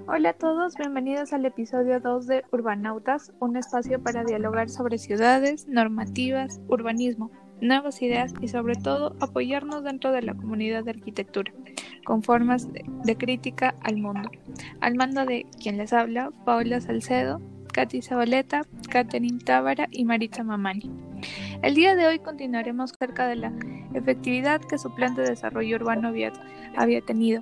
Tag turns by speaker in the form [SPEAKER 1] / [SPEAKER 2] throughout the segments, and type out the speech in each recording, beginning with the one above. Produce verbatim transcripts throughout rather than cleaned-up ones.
[SPEAKER 1] Hola a todos, bienvenidos al episodio dos de Urbanautas, un espacio para dialogar sobre ciudades, normativas, urbanismo, nuevas ideas y sobre todo apoyarnos dentro de la comunidad de arquitectura, con formas de, de crítica al mundo. Al mando de quien les habla, Paola Salcedo, Katy Zabaleta, Catherine Tábara y Maritza Mamani. El día de hoy continuaremos acerca de la efectividad que su plan de desarrollo urbano había, había tenido.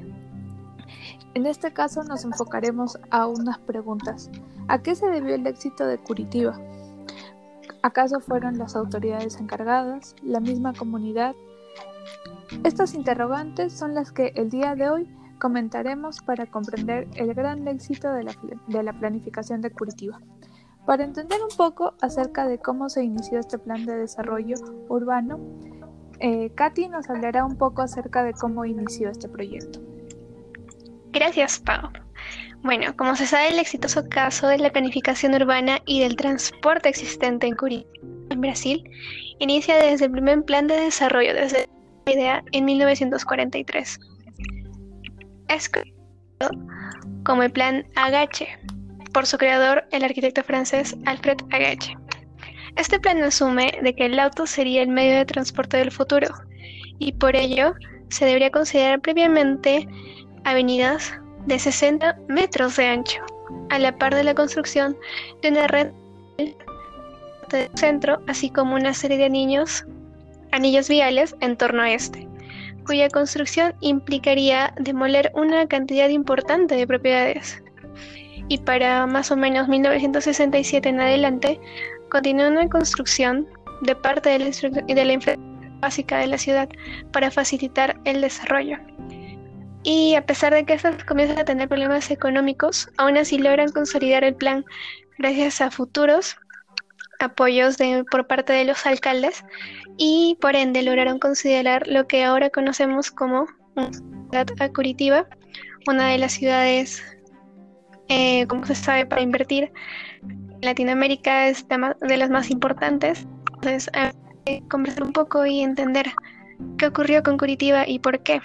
[SPEAKER 1] En este caso nos enfocaremos a unas preguntas. ¿A qué se debió el éxito de Curitiba? ¿Acaso fueron las autoridades encargadas, la misma comunidad? Estas interrogantes son las que el día de hoy comentaremos para comprender el gran éxito de la, de la planificación de Curitiba. Para entender un poco acerca de cómo se inició este plan de desarrollo urbano, eh, Katy nos hablará un poco acerca de cómo inició este proyecto.
[SPEAKER 2] Gracias, Pau. Bueno, como se sabe, el exitoso caso de la planificación urbana y del transporte existente en Curitiba, en Brasil, inicia desde el primer plan de desarrollo, desde la idea en mil novecientos cuarenta y tres. Es conocido como el Plan Agache, por su creador, el arquitecto francés Alfred Agache. Este plan asume de que el auto sería el medio de transporte del futuro, y por ello se debería considerar previamente avenidas de sesenta metros de ancho, a la par de la construcción de una red del centro, así como una serie de anillos, anillos viales en torno a este, cuya construcción implicaría demoler una cantidad importante de propiedades. Y para más o menos mil novecientos sesenta y siete en adelante, continúa una construcción de parte de la, de la infraestructura básica de la ciudad para facilitar el desarrollo. Y a pesar de que estas comienzan a tener problemas económicos, aún así logran consolidar el plan gracias a futuros apoyos de, por parte de los alcaldes, y por ende lograron considerar lo que ahora conocemos como una ciudad a Curitiba, una de las ciudades, eh, como se sabe, para invertir en Latinoamérica es de las más importantes. Entonces, hay que conversar un poco y entender qué ocurrió con Curitiba y por qué.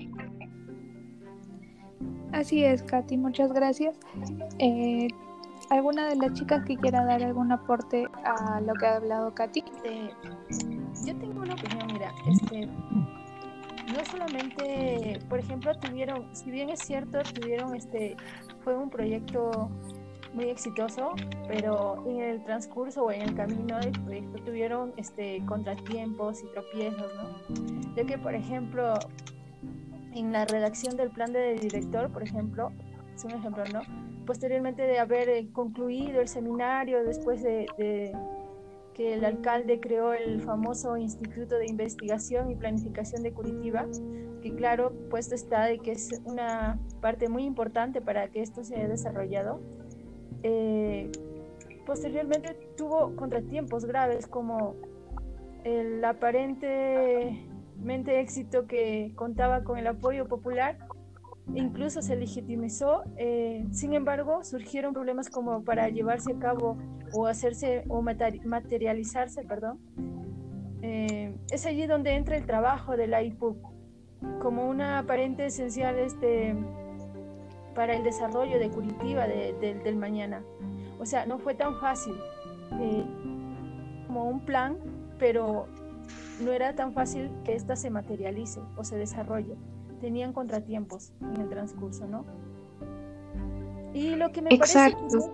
[SPEAKER 1] Así es, Katy, muchas gracias. Eh, ¿Alguna de las chicas que quiera dar algún aporte a lo que ha hablado Katy?
[SPEAKER 3] Eh, yo tengo una opinión, mira, este, no solamente, por ejemplo, tuvieron, si bien es cierto, tuvieron, este, fue un proyecto muy exitoso, pero en el transcurso o en el camino del proyecto tuvieron, este, contratiempos y tropiezos, ¿no? Ya que, por ejemplo, en la redacción del plan de director, por ejemplo, es un ejemplo, ¿no? Posteriormente de haber eh, concluido el seminario, después de, de que el alcalde creó el famoso Instituto de Investigación y Planificación de Curitiba, que claro, puesto está de que es una parte muy importante para que esto se haya desarrollado. Eh, posteriormente tuvo contratiempos graves como el aparentemente éxito que contaba con el apoyo popular, incluso se legitimizó, eh, sin embargo surgieron problemas como para llevarse a cabo o hacerse o materializarse, perdón. Eh, es allí donde entra el trabajo de la I P U C como una aparente esencial este, para el desarrollo de Curitiba de, de, del mañana. O sea, no fue tan fácil eh, como un plan, pero no era tan fácil que ésta se materialice o se desarrolle. Tenían contratiempos en el transcurso, ¿no? Y lo que me
[SPEAKER 2] Exacto.
[SPEAKER 3] parece...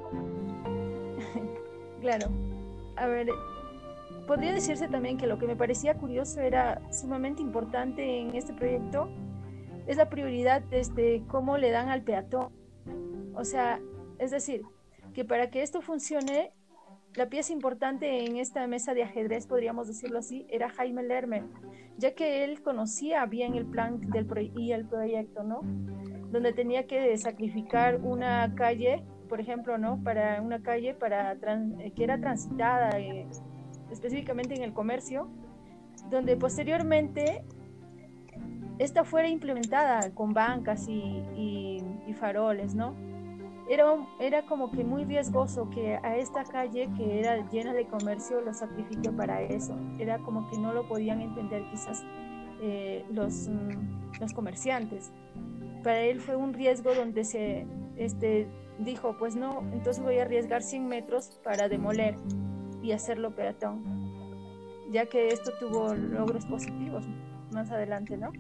[SPEAKER 3] Claro, a ver, podría decirse también que lo que me parecía curioso era sumamente importante en este proyecto es la prioridad desde cómo le dan al peatón. O sea, es decir, que para que esto funcione, la pieza importante en esta mesa de ajedrez, podríamos decirlo así, era Jaime Lerner, ya que él conocía bien el plan del pro- y el proyecto, ¿no? Donde tenía que sacrificar una calle, por ejemplo, ¿no? Para una calle para trans- que era transitada eh, específicamente en el comercio, donde posteriormente esta fuera implementada con bancas y, y, y faroles, ¿no? Era, era como que muy riesgoso que a esta calle que era llena de comercio lo sacrifique para eso. Era como que no lo podían entender quizás eh, los, mm, los comerciantes. Para él fue un riesgo donde se, este, dijo, pues no, entonces voy a arriesgar cien metros para demoler y hacerlo peatón, ya que esto tuvo logros positivos más adelante, ¿no?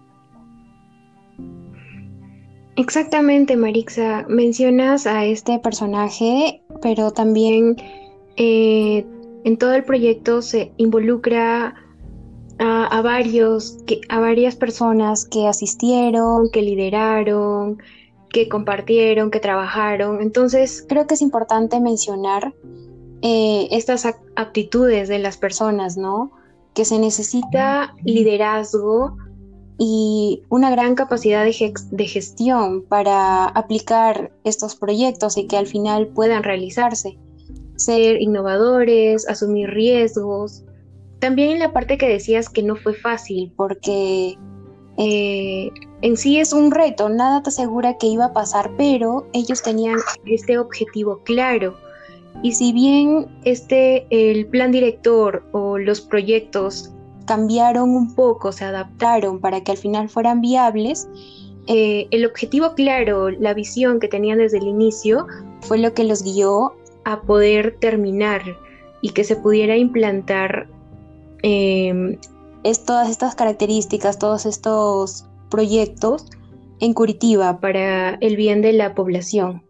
[SPEAKER 4] Exactamente, Marixa. Mencionas a este personaje, pero también eh, en todo el proyecto se involucra a, a varios, que, a varias personas que asistieron, que lideraron, que compartieron, que trabajaron. Entonces, creo que es importante mencionar eh, estas ac- aptitudes de las personas, ¿no? Que se necesita liderazgo y una gran capacidad de, gex- de gestión para aplicar estos proyectos y que al final puedan realizarse. Ser innovadores, asumir riesgos. También en la parte que decías que no fue fácil, porque eh, en sí es un reto, nada te asegura que iba a pasar, pero ellos tenían este objetivo claro. Y si bien este, el plan director o los proyectos cambiaron un poco, se adaptaron para que al final fueran viables, eh, el objetivo claro, la visión que tenían desde el inicio, fue lo que los guió a poder terminar y que se pudiera implantar eh, es todas estas características, todos estos proyectos en Curitiba para el bien de la población.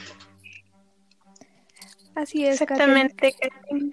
[SPEAKER 1] Así es, Katherine.
[SPEAKER 2] Exactamente, Catherine.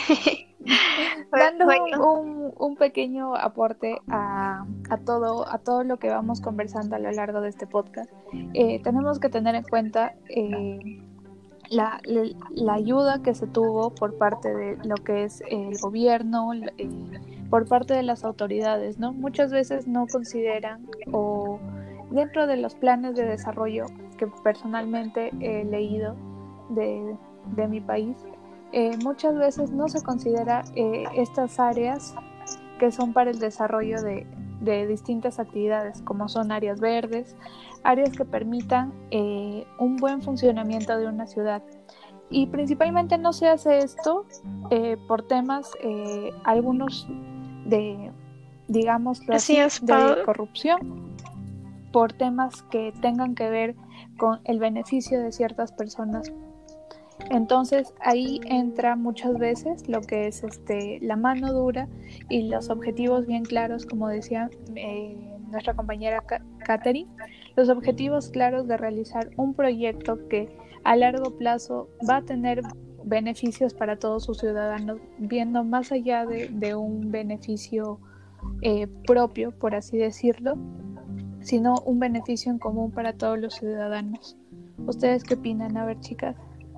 [SPEAKER 2] Pues,
[SPEAKER 1] Dando un,
[SPEAKER 2] bueno,
[SPEAKER 1] un- un pequeño aporte a, a todo, a todo lo que vamos conversando a lo largo de este podcast, eh, tenemos que tener en cuenta eh, la, la- la ayuda que se tuvo por parte de lo que es el gobierno, eh, por parte de las autoridades, ¿no? Muchas veces no consideran o dentro de los planes de desarrollo que personalmente he leído de, de mi país, eh, muchas veces no se considera eh, estas áreas que son para el desarrollo de, de distintas actividades, como son áreas verdes, áreas que permitan eh, un buen funcionamiento de una ciudad. Y principalmente no se hace esto eh, por temas, eh, algunos de, digámoslo
[SPEAKER 2] así
[SPEAKER 1] así,
[SPEAKER 2] es,
[SPEAKER 1] de
[SPEAKER 2] Pau.
[SPEAKER 1] corrupción, por temas que tengan que ver con el beneficio de ciertas personas. Entonces ahí entra muchas veces lo que es este, la mano dura y los objetivos bien claros, como decía eh, nuestra compañera Katherine, los objetivos claros de realizar un proyecto que a largo plazo va a tener beneficios para todos sus ciudadanos, viendo más allá de, de un beneficio eh, propio, por así decirlo, sino un beneficio en común para todos los ciudadanos. ¿Ustedes qué opinan? A ver, chicas.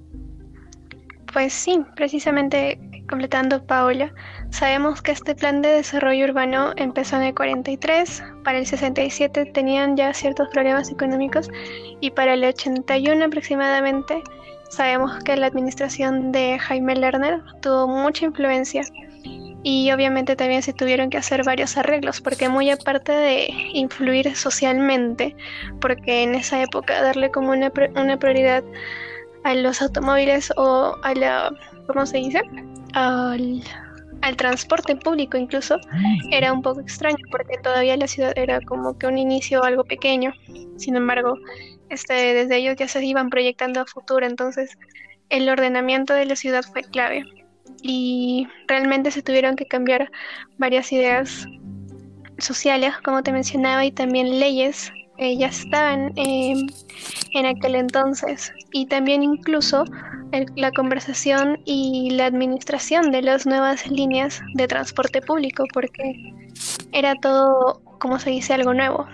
[SPEAKER 2] Pues sí, precisamente completando Paola, sabemos que este plan de desarrollo urbano empezó en el cuarenta y tres, para el sesenta y siete tenían ya ciertos problemas económicos y para el ochenta y uno aproximadamente sabemos que la administración de Jaime Lerner tuvo mucha influencia y obviamente también se tuvieron que hacer varios arreglos porque muy aparte de influir socialmente, porque en esa época darle como una, una prioridad a los automóviles o a la, ¿cómo se dice? Al, al transporte público incluso, era un poco extraño porque todavía la ciudad era como que un inicio algo pequeño. Sin embargo, este, desde ellos ya se iban proyectando a futuro, entonces el ordenamiento de la ciudad fue clave y realmente se tuvieron que cambiar varias ideas sociales, como te mencionaba, y también leyes eh, ya estaban eh, en aquel entonces, y también incluso el- la conversación y la administración de las nuevas líneas de transporte público, porque era todo, como se dice, algo nuevo.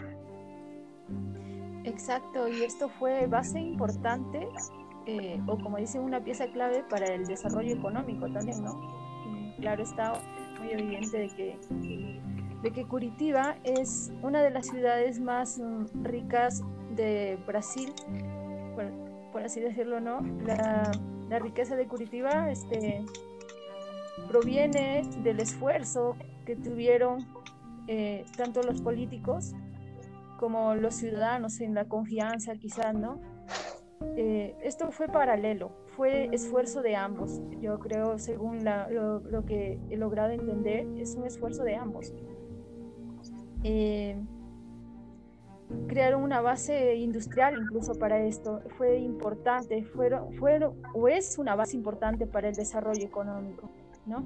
[SPEAKER 3] Exacto, y esto fue base importante, eh, o como dicen, una pieza clave para el desarrollo económico también, ¿no? Y claro, está muy evidente de que, de que Curitiba es una de las ciudades más mm, ricas de Brasil, por, por así decirlo, ¿no? La, la riqueza de Curitiba este, proviene del esfuerzo que tuvieron eh, tanto los políticos como los ciudadanos en la confianza, quizás, ¿no? Eh, esto fue paralelo, fue esfuerzo de ambos. Yo creo, según la, lo, lo, que he logrado entender, es un esfuerzo de ambos. Eh, crearon una base industrial incluso para esto. Fue importante, fueron, fueron o es una base importante para el desarrollo económico, ¿no?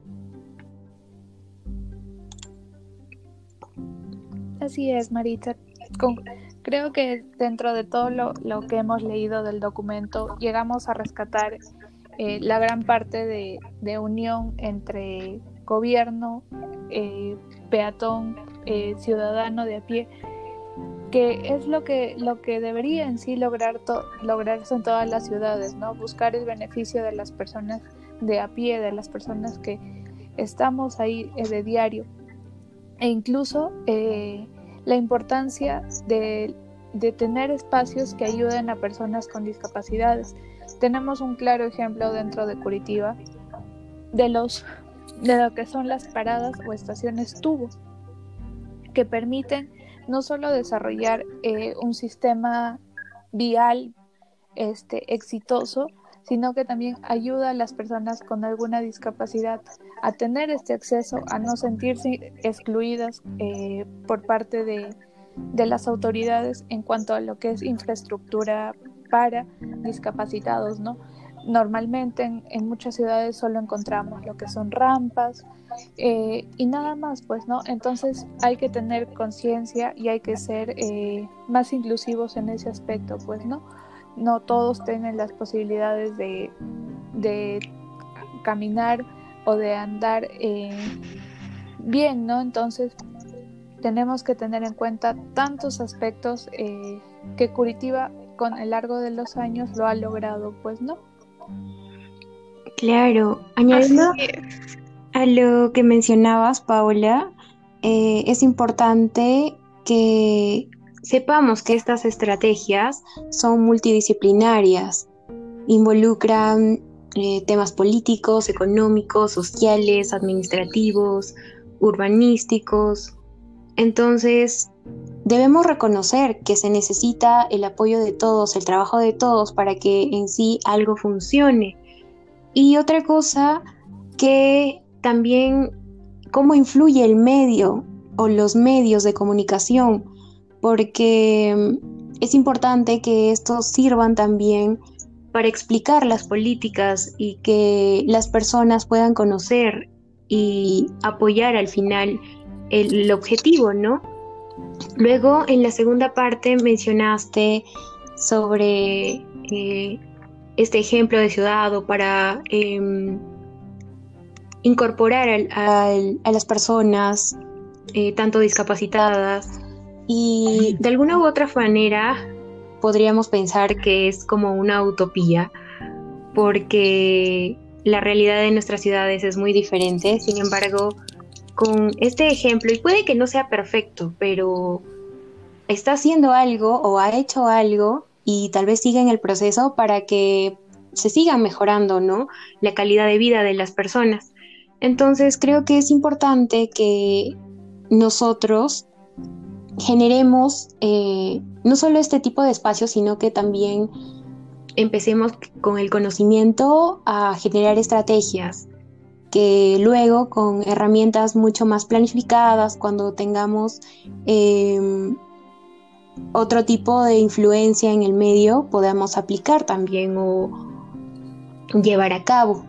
[SPEAKER 1] Así es, Maritza. Con, creo que dentro de todo lo, lo que hemos leído del documento, llegamos a rescatar eh, la gran parte de, de unión entre gobierno, eh, peatón, eh, ciudadano de a pie, que es lo que lo que debería en sí lograr to- lograrse en todas las ciudades, ¿no? Buscar el beneficio de las personas de a pie, de las personas que estamos ahí eh, de diario, e incluso eh, la importancia de, de tener espacios que ayuden a personas con discapacidades. Tenemos un claro ejemplo dentro de Curitiba de los de lo que son las paradas o estaciones tubo, que permiten no solo desarrollar eh, un sistema vial este, exitoso, sino que también ayuda a las personas con alguna discapacidad a tener este acceso, a no sentirse excluidas eh, por parte de, de las autoridades en cuanto a lo que es infraestructura para discapacitados, ¿no? Normalmente en, en muchas ciudades solo encontramos lo que son rampas eh, y nada más, pues, ¿no? Entonces hay que tener conciencia y hay que ser eh, más inclusivos en ese aspecto, pues, ¿no? No todos tienen las posibilidades de, de caminar o de andar eh, bien, ¿no? Entonces tenemos que tener en cuenta tantos aspectos eh, que Curitiba con el largo de los años lo ha logrado, pues, ¿no?
[SPEAKER 4] Claro,
[SPEAKER 2] Así
[SPEAKER 4] añadiendo
[SPEAKER 2] es.
[SPEAKER 4] a lo que mencionabas, Paula, eh, es importante que sepamos que estas estrategias son multidisciplinarias, involucran eh, temas políticos, económicos, sociales, administrativos, urbanísticos. Entonces, debemos reconocer que se necesita el apoyo de todos, el trabajo de todos para que en sí algo funcione. Y otra cosa que también, cómo influye el medio o los medios de comunicación, porque es importante que estos sirvan también para explicar las políticas y que las personas puedan conocer y apoyar al final el, el objetivo, ¿no? Luego, en la segunda parte mencionaste sobre eh, este ejemplo de ciudad o para eh, incorporar al, al, a las personas eh, tanto discapacitadas, y de alguna u otra manera podríamos pensar que es como una utopía porque la realidad de nuestras ciudades es muy diferente. Sin embargo, con este ejemplo, y puede que no sea perfecto, pero está haciendo algo o ha hecho algo y tal vez siga en el proceso para que se siga mejorando, ¿no?, la calidad de vida de las personas. Entonces creo que es importante que nosotros generemos eh, no solo este tipo de espacios, sino que también empecemos con el conocimiento a generar estrategias que luego con herramientas mucho más planificadas, cuando tengamos eh, otro tipo de influencia en el medio, podamos aplicar también o llevar a cabo.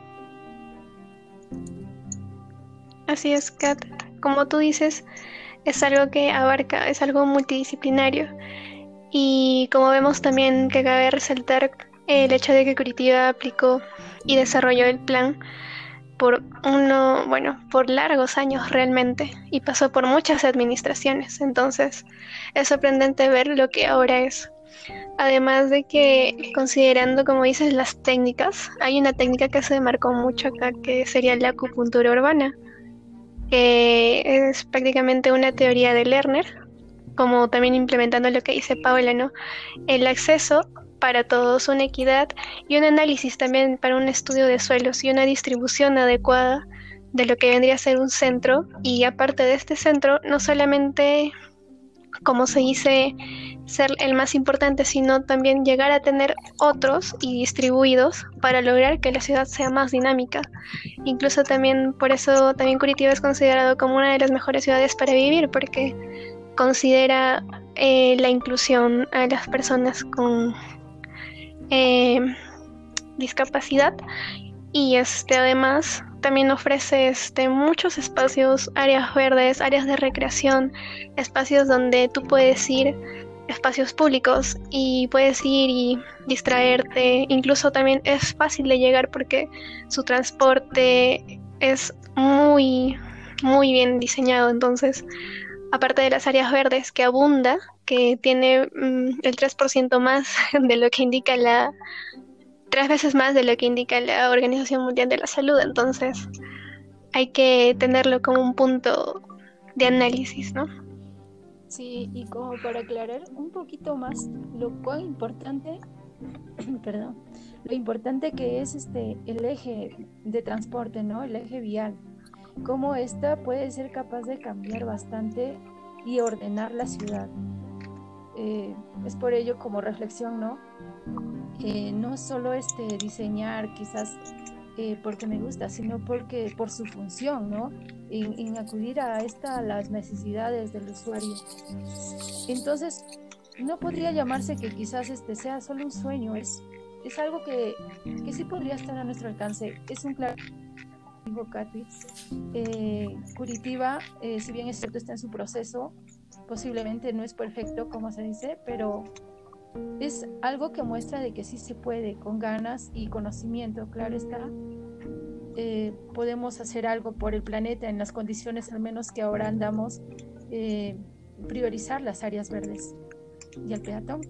[SPEAKER 2] Así es, Kat. Como tú dices, es algo que abarca, es algo multidisciplinario. Y como vemos también que cabe resaltar el hecho de que Curitiba aplicó y desarrolló el plan por uno, bueno, por largos años realmente, y pasó por muchas administraciones. Entonces, es sorprendente ver lo que ahora es. Además de que, considerando, como dices, las técnicas, hay una técnica que se marcó mucho acá, que sería la acupuntura urbana, que es prácticamente una teoría de Lerner, como también implementando lo que dice Paula, ¿no? El acceso para todos, una equidad y un análisis también para un estudio de suelos y una distribución adecuada de lo que vendría a ser un centro. Y aparte de este centro, no solamente, como se dice, ser el más importante, sino también llegar a tener otros y distribuidos para lograr que la ciudad sea más dinámica. Incluso también por eso también Curitiba es considerado como una de las mejores ciudades para vivir, porque considera eh, la inclusión a las personas con eh, discapacidad y este además también ofrece este muchos espacios, áreas verdes, áreas de recreación, espacios donde tú puedes ir, espacios públicos y puedes ir y distraerte. Incluso también es fácil de llegar porque su transporte es muy muy bien diseñado. Entonces, aparte de las áreas verdes que abunda, que tiene mm, el tres por ciento más de lo que indica la tres veces más de lo que indica la Organización Mundial de la Salud. Entonces hay que tenerlo como un punto de análisis, ¿no?
[SPEAKER 3] Sí, y como para aclarar un poquito más lo cuán importante, perdón, lo importante que es este el eje de transporte, ¿no? El eje vial. Cómo esta puede ser capaz de cambiar bastante y ordenar la ciudad. Eh, es por ello como reflexión, ¿no? Eh, no solo este diseñar quizás eh, porque me gusta, sino porque por su función, ¿no? En, en acudir a esta a las necesidades del usuario. Entonces, no podría llamarse que quizás este sea solo un sueño, es, es algo que, que sí podría estar a nuestro alcance. Es un claro, dijo Katy. Eh, Curitiba, eh, si bien es cierto, está en su proceso, posiblemente no es perfecto, como se dice, pero es algo que muestra de que sí se puede, con ganas y conocimiento, claro está. Eh, podemos hacer algo por el planeta en las condiciones al menos que ahora andamos, eh, priorizar las áreas verdes y al peatón.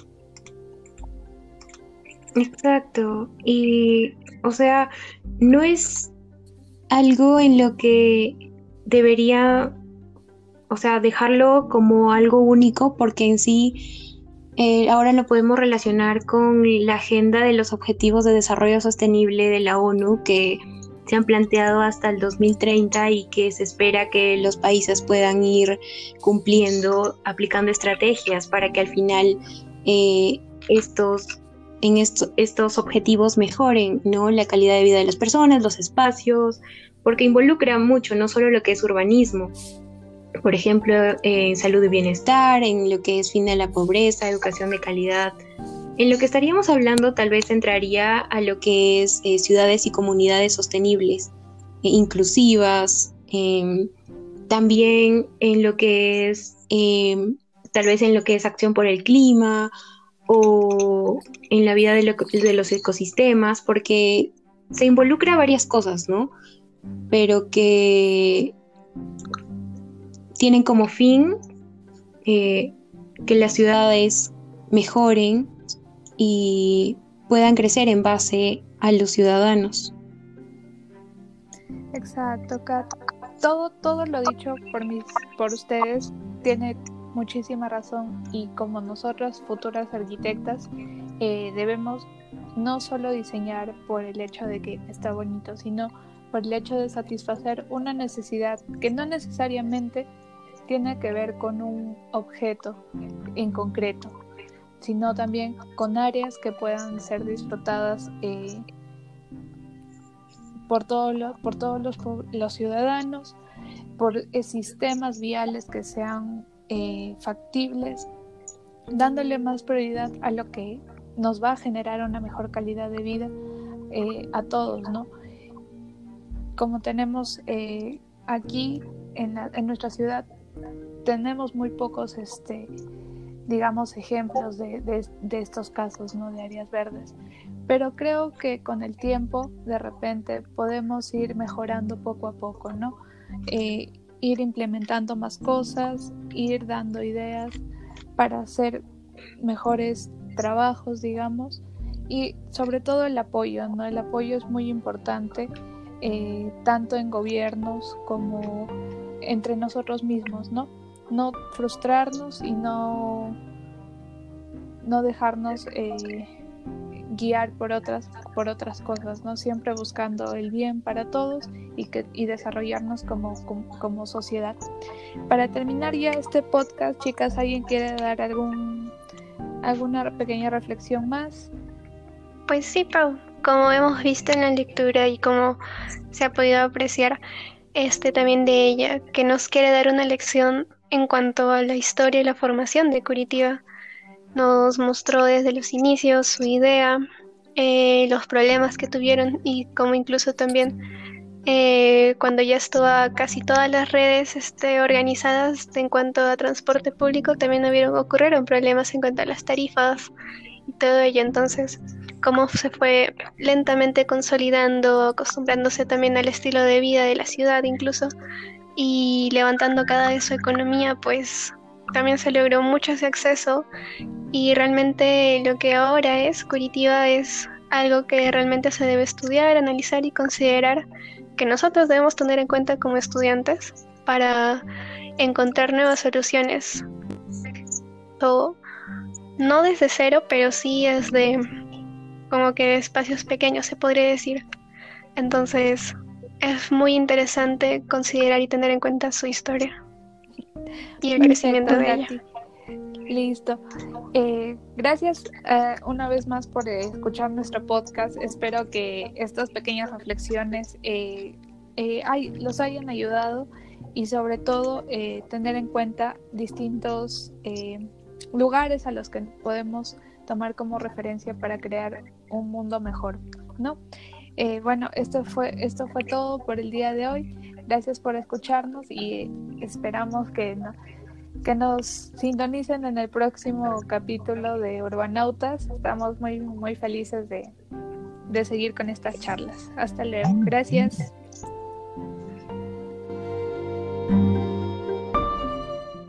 [SPEAKER 4] Exacto. Y, o sea, no es algo en lo que debería, o sea, dejarlo como algo único, porque en sí eh, ahora lo podemos relacionar con la agenda de los Objetivos de Desarrollo Sostenible de la ONU, que se han planteado hasta el dos mil treinta y que se espera que los países puedan ir cumpliendo, aplicando estrategias para que al final eh, estos, en esto, estos objetivos mejoren, ¿no? La calidad de vida de las personas, los espacios, porque involucra mucho, no solo lo que es urbanismo, por ejemplo, en salud y bienestar, en lo que es fin de la pobreza, educación de calidad. En lo que estaríamos hablando tal vez entraría a lo que es eh, ciudades y comunidades sostenibles, eh, inclusivas, eh, también en lo que es, eh, tal vez en lo que es acción por el clima o en la vida de, lo, de los ecosistemas, porque se involucra varias cosas, ¿no? Pero que tienen como fin eh, que las ciudades mejoren y puedan crecer en base a los ciudadanos.
[SPEAKER 1] Exacto, Kat. Todo, todo lo dicho por mis, por ustedes tiene muchísima razón, y como nosotras, futuras arquitectas, eh, debemos no solo diseñar por el hecho de que está bonito, sino por el hecho de satisfacer una necesidad que no necesariamente tiene que ver con un objeto en concreto, sino también con áreas que puedan ser disfrutadas eh, por, todo lo, por todos los, los ciudadanos, por eh, sistemas viales que sean eh, factibles, dándole más prioridad a lo que nos va a generar una mejor calidad de vida eh, a todos, ¿no? Como tenemos eh, aquí en, la, en nuestra ciudad, tenemos muy pocos, este, digamos, ejemplos de, de, de estos casos, ¿no? De áreas verdes. Pero creo que con el tiempo, de repente, podemos ir mejorando poco a poco, ¿no? Eh, ir implementando más cosas, ir dando ideas para hacer mejores trabajos, digamos, y sobre todo el apoyo, ¿no? El apoyo es muy importante, eh, tanto en gobiernos como entre nosotros mismos, ¿no? No frustrarnos y no, no dejarnos eh, guiar por otras, por otras cosas, ¿no? Siempre buscando el bien para todos y, que, y desarrollarnos como, como, como sociedad. Para terminar ya este podcast, chicas, ¿alguien quiere dar algún, alguna pequeña reflexión más?
[SPEAKER 2] Pues sí, Pau, como hemos visto en la lectura y como se ha podido apreciar este también de ella, que nos quiere dar una lección en cuanto a la historia y la formación de Curitiba. Nos mostró desde los inicios su idea, eh, los problemas que tuvieron y cómo incluso también eh, cuando ya estaba casi todas las redes este, organizadas en cuanto a transporte público, también hubieron, ocurrieron problemas en cuanto a las tarifas y todo ello. Entonces, cómo se fue lentamente consolidando, acostumbrándose también al estilo de vida de la ciudad incluso, y levantando cada vez su economía, pues también se logró mucho ese acceso y realmente lo que ahora es Curitiba es algo que realmente se debe estudiar, analizar y considerar que nosotros debemos tener en cuenta como estudiantes para encontrar nuevas soluciones. O, no desde cero, pero sí desde como que espacios pequeños, se podría decir. Entonces, es muy interesante considerar y tener en cuenta su historia y el crecimiento de ella.
[SPEAKER 1] Katy. Listo. Eh, gracias eh, una vez más por eh, escuchar nuestro podcast. Espero que estas pequeñas reflexiones eh, eh, hay, los hayan ayudado y sobre todo eh, tener en cuenta distintos eh, lugares a los que podemos tomar como referencia para crear un mundo mejor, ¿no? Eh, bueno, esto fue, esto fue todo por el día de hoy. Gracias por escucharnos y esperamos que, no, que nos sintonicen en el próximo capítulo de Urbanautas. Estamos muy, muy felices de, de seguir con estas charlas. Hasta luego. Gracias.